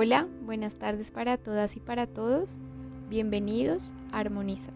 Hola, buenas tardes para todas y para todos. Bienvenidos a Armonízate.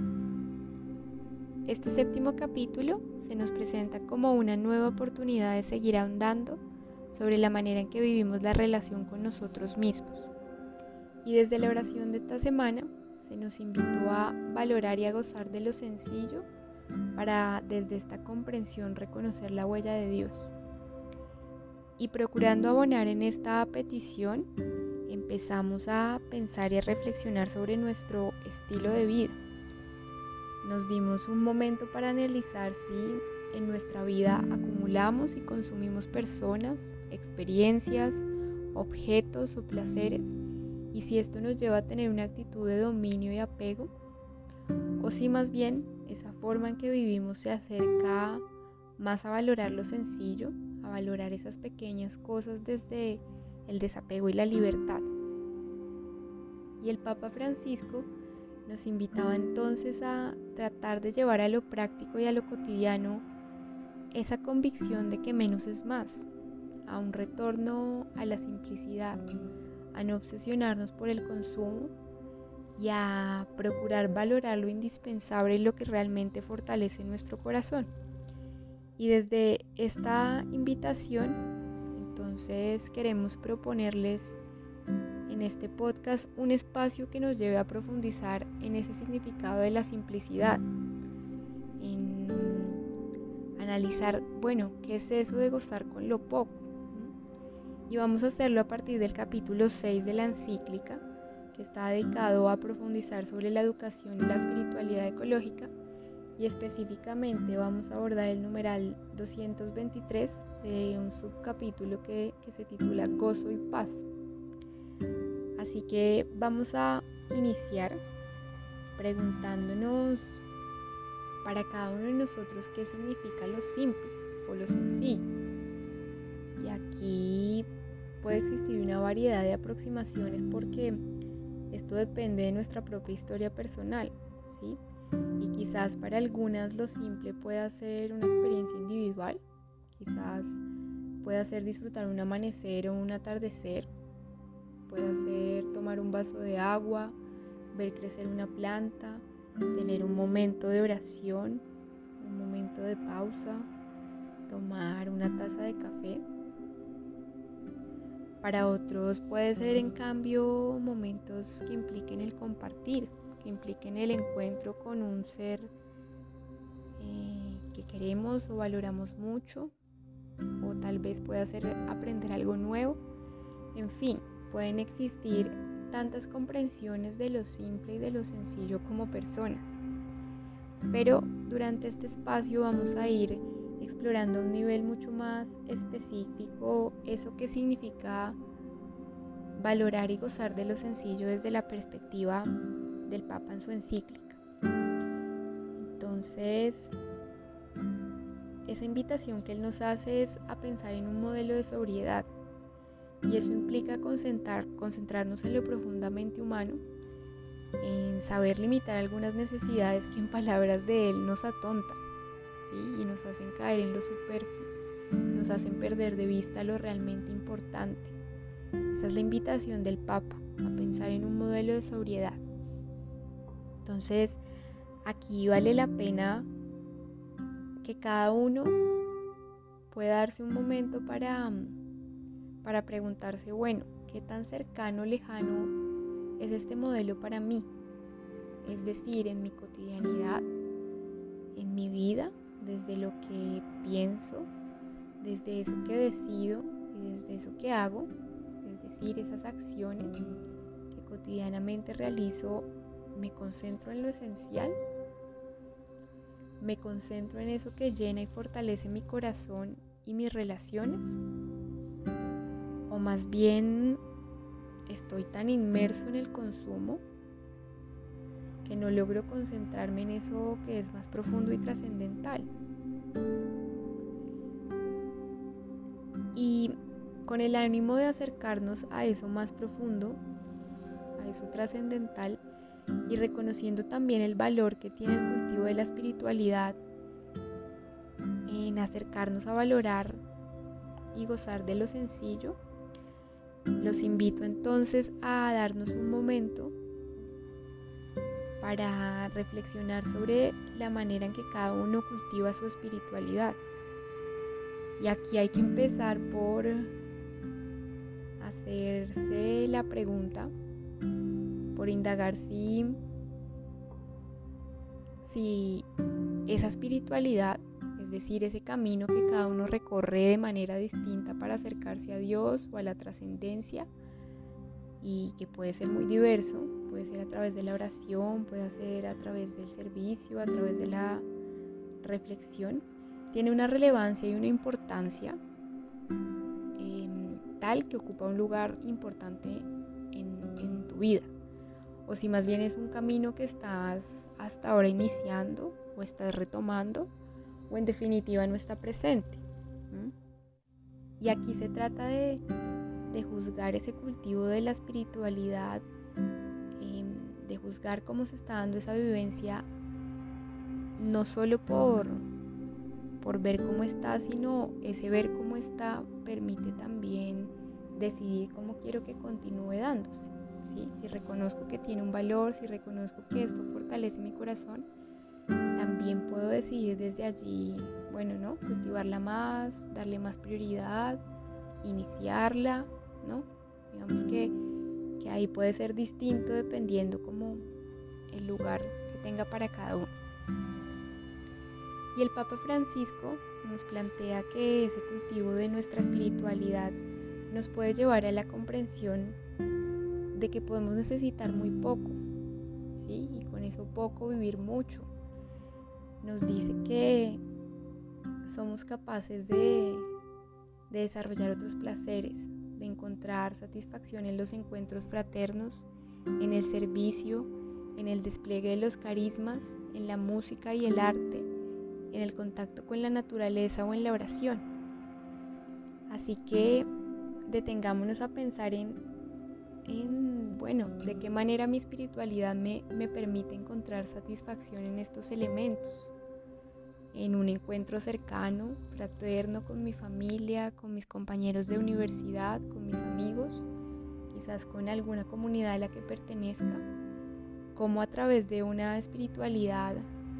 Este séptimo capítulo se nos presenta como una nueva oportunidad de seguir ahondando sobre la manera en que vivimos la relación con nosotros mismos. Y desde la oración de esta semana se nos invitó a valorar y a gozar de lo sencillo para desde esta comprensión reconocer la huella de Dios. Y procurando abonar en esta petición, empezamos a pensar y a reflexionar sobre nuestro estilo de vida. Nos dimos un momento para analizar si en nuestra vida acumulamos y consumimos personas, experiencias, objetos o placeres, y si esto nos lleva a tener una actitud de dominio y apego, o si más bien esa forma en que vivimos se acerca más a valorar lo sencillo, a valorar esas pequeñas cosas desde el desapego y la libertad. Y el Papa Francisco nos invitaba entonces a tratar de llevar a lo práctico y a lo cotidiano esa convicción de que menos es más, a un retorno a la simplicidad, a no obsesionarnos por el consumo y a procurar valorar lo indispensable y lo que realmente fortalece nuestro corazón. Y desde esta invitación, entonces queremos proponerles en este podcast un espacio que nos lleve a profundizar en ese significado de la simplicidad, en analizar, ¿qué es eso de gozar con lo poco? Y vamos a hacerlo a partir del capítulo 6 de la encíclica, que está dedicado a profundizar sobre la educación y la espiritualidad ecológica, y específicamente vamos a abordar el numeral 223 de un subcapítulo que se titula Gozo y Paz. Así que vamos a iniciar preguntándonos para cada uno de nosotros qué significa lo simple o lo sencillo. Y aquí puede existir una variedad de aproximaciones porque esto depende de nuestra propia historia personal, ¿sí? Y quizás para algunas lo simple pueda ser una experiencia individual, quizás pueda ser disfrutar un amanecer o un atardecer, puede ser tomar un vaso de agua, ver crecer una planta, tener un momento de oración, un momento de pausa, tomar una taza de café. Para otros puede ser en cambio momentos que impliquen el compartir, que impliquen el encuentro con un ser que queremos o valoramos mucho, o tal vez pueda ser aprender algo nuevo. En fin, pueden existir tantas comprensiones de lo simple y de lo sencillo como personas. Pero durante este espacio vamos a ir explorando a un nivel mucho más específico eso que significa valorar y gozar de lo sencillo desde la perspectiva del Papa en su encíclica. Entonces, esa invitación que él nos hace es a pensar en un modelo de sobriedad, y eso implica concentrarnos en lo profundamente humano, en saber limitar algunas necesidades que en palabras de él nos atontan, ¿sí? Y nos hacen caer en lo superfluo, nos hacen perder de vista lo realmente importante. Esa es la invitación del Papa, a pensar en un modelo de sobriedad. Entonces, aquí vale la pena que cada uno pueda darse un momento para preguntarse, ¿qué tan cercano o lejano es este modelo para mí? Es decir, en mi cotidianidad, en mi vida, desde lo que pienso, desde eso que decido y desde eso que hago, es decir, esas acciones que cotidianamente realizo, me concentro en lo esencial, me concentro en eso que llena y fortalece mi corazón y mis relaciones, o más bien estoy tan inmerso en el consumo que no logro concentrarme en eso que es más profundo y trascendental. Y con el ánimo de acercarnos a eso más profundo, a eso trascendental, y reconociendo también el valor que tiene el cultivo de la espiritualidad en acercarnos a valorar y gozar de lo sencillo, Los invito entonces a darnos un momento para reflexionar sobre la manera en que cada uno cultiva su espiritualidad. Y aquí hay que empezar por hacerse la pregunta, por indagar si esa espiritualidad, es decir, ese camino que cada uno recorre de manera distinta para acercarse a Dios o a la trascendencia, y que puede ser muy diverso, puede ser a través de la oración, puede ser a través del servicio, a través de la reflexión, tiene una relevancia y una importancia tal que ocupa un lugar importante en tu vida. O si más bien es un camino que estás hasta ahora iniciando o estás retomando, o en definitiva no está presente. Y aquí se trata de juzgar ese cultivo de la espiritualidad, de juzgar cómo se está dando esa vivencia, no solo por ver cómo está, sino ese ver cómo está permite también decidir cómo quiero que continúe dándose. ¿Sí? Si reconozco que tiene un valor, si reconozco que esto fortalece mi corazón, también puedo decidir desde allí, cultivarla más, darle más prioridad, iniciarla, ¿no? Digamos que ahí puede ser distinto dependiendo como el lugar que tenga para cada uno. Y el Papa Francisco nos plantea que ese cultivo de nuestra espiritualidad nos puede llevar a la comprensión de que podemos necesitar muy poco, ¿sí? Y con eso poco vivir mucho. Nos dice que somos capaces de desarrollar otros placeres, de encontrar satisfacción en los encuentros fraternos, en el servicio, en el despliegue de los carismas, en la música y el arte, en el contacto con la naturaleza o en la oración. Así que detengámonos a pensar en de qué manera mi espiritualidad me permite encontrar satisfacción en estos elementos. En un encuentro cercano, fraterno con mi familia, con mis compañeros de universidad, con mis amigos, quizás con alguna comunidad a la que pertenezca, como a través de una espiritualidad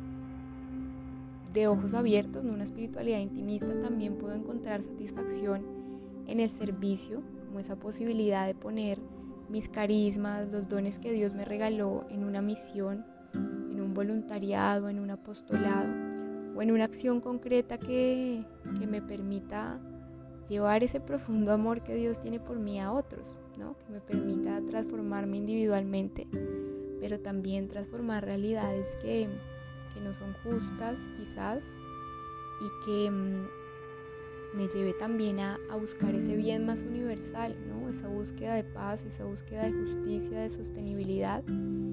de ojos abiertos, una espiritualidad intimista, también puedo encontrar satisfacción en el servicio, como esa posibilidad de poner mis carismas, los dones que Dios me regaló en una misión, en un voluntariado, en un apostolado o en una acción concreta que me permita llevar ese profundo amor que Dios tiene por mí a otros, ¿no? Que me permita transformarme individualmente, pero también transformar realidades que no son justas quizás, y que me lleve también a buscar ese bien más universal, ¿no? Esa búsqueda de paz, esa búsqueda de justicia, de sostenibilidad.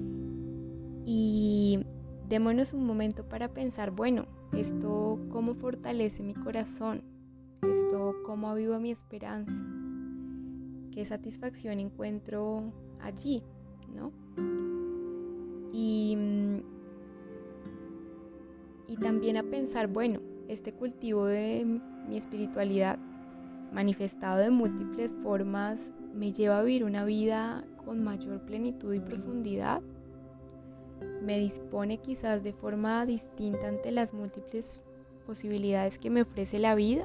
Y démonos un momento para pensar, esto cómo fortalece mi corazón, esto cómo aviva mi esperanza, qué satisfacción encuentro allí, ¿no? Y también a pensar, este cultivo de mi espiritualidad, manifestado de múltiples formas, me lleva a vivir una vida con mayor plenitud y profundidad. Me dispone quizás de forma distinta ante las múltiples posibilidades que me ofrece la vida.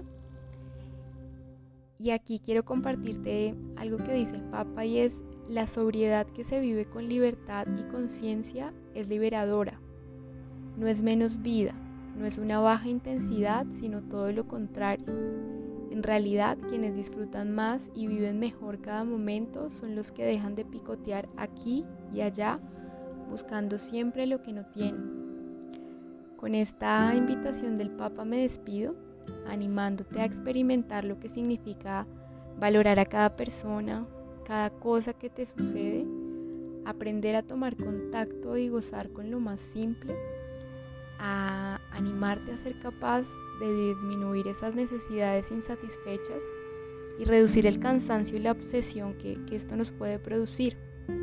Y aquí quiero compartirte algo que dice el Papa, y es: la sobriedad que se vive con libertad y conciencia es liberadora. No es menos vida, no es una baja intensidad, sino todo lo contrario. En realidad, quienes disfrutan más y viven mejor cada momento son los que dejan de picotear aquí y allá, buscando siempre lo que no tienen. Con esta invitación del Papa me despido, animándote a experimentar lo que significa valorar a cada persona, cada cosa que te sucede, aprender a tomar contacto y gozar con lo más simple, a animarte a ser capaz de disminuir esas necesidades insatisfechas y reducir el cansancio y la obsesión que esto nos puede producir.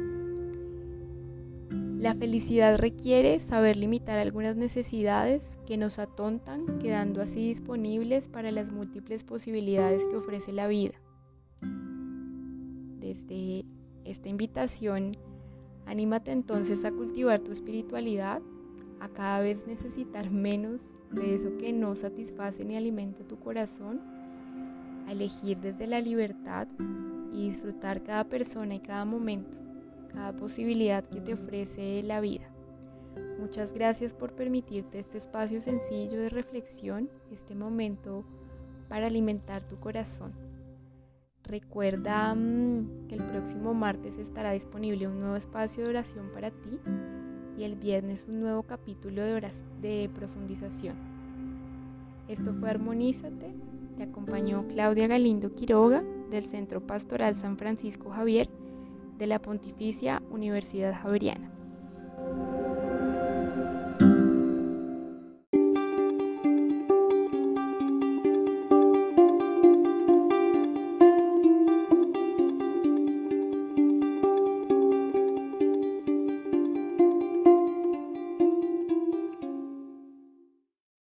La felicidad requiere saber limitar algunas necesidades que nos atontan, quedando así disponibles para las múltiples posibilidades que ofrece la vida. desde esta invitación, anímate entonces a cultivar tu espiritualidad, a cada vez necesitar menos de eso que no satisface ni alimenta tu corazón, a elegir desde la libertad y disfrutar cada persona y cada momento, cada posibilidad que te ofrece la vida. Muchas gracias por permitirte este espacio sencillo de reflexión, este momento para alimentar tu corazón. Recuerda que el próximo martes estará disponible un nuevo espacio de oración para ti y el viernes un nuevo capítulo de profundización. Esto fue Armonízate. Te acompañó Claudia Galindo Quiroga del Centro Pastoral San Francisco Javier de la Pontificia Universidad Javeriana.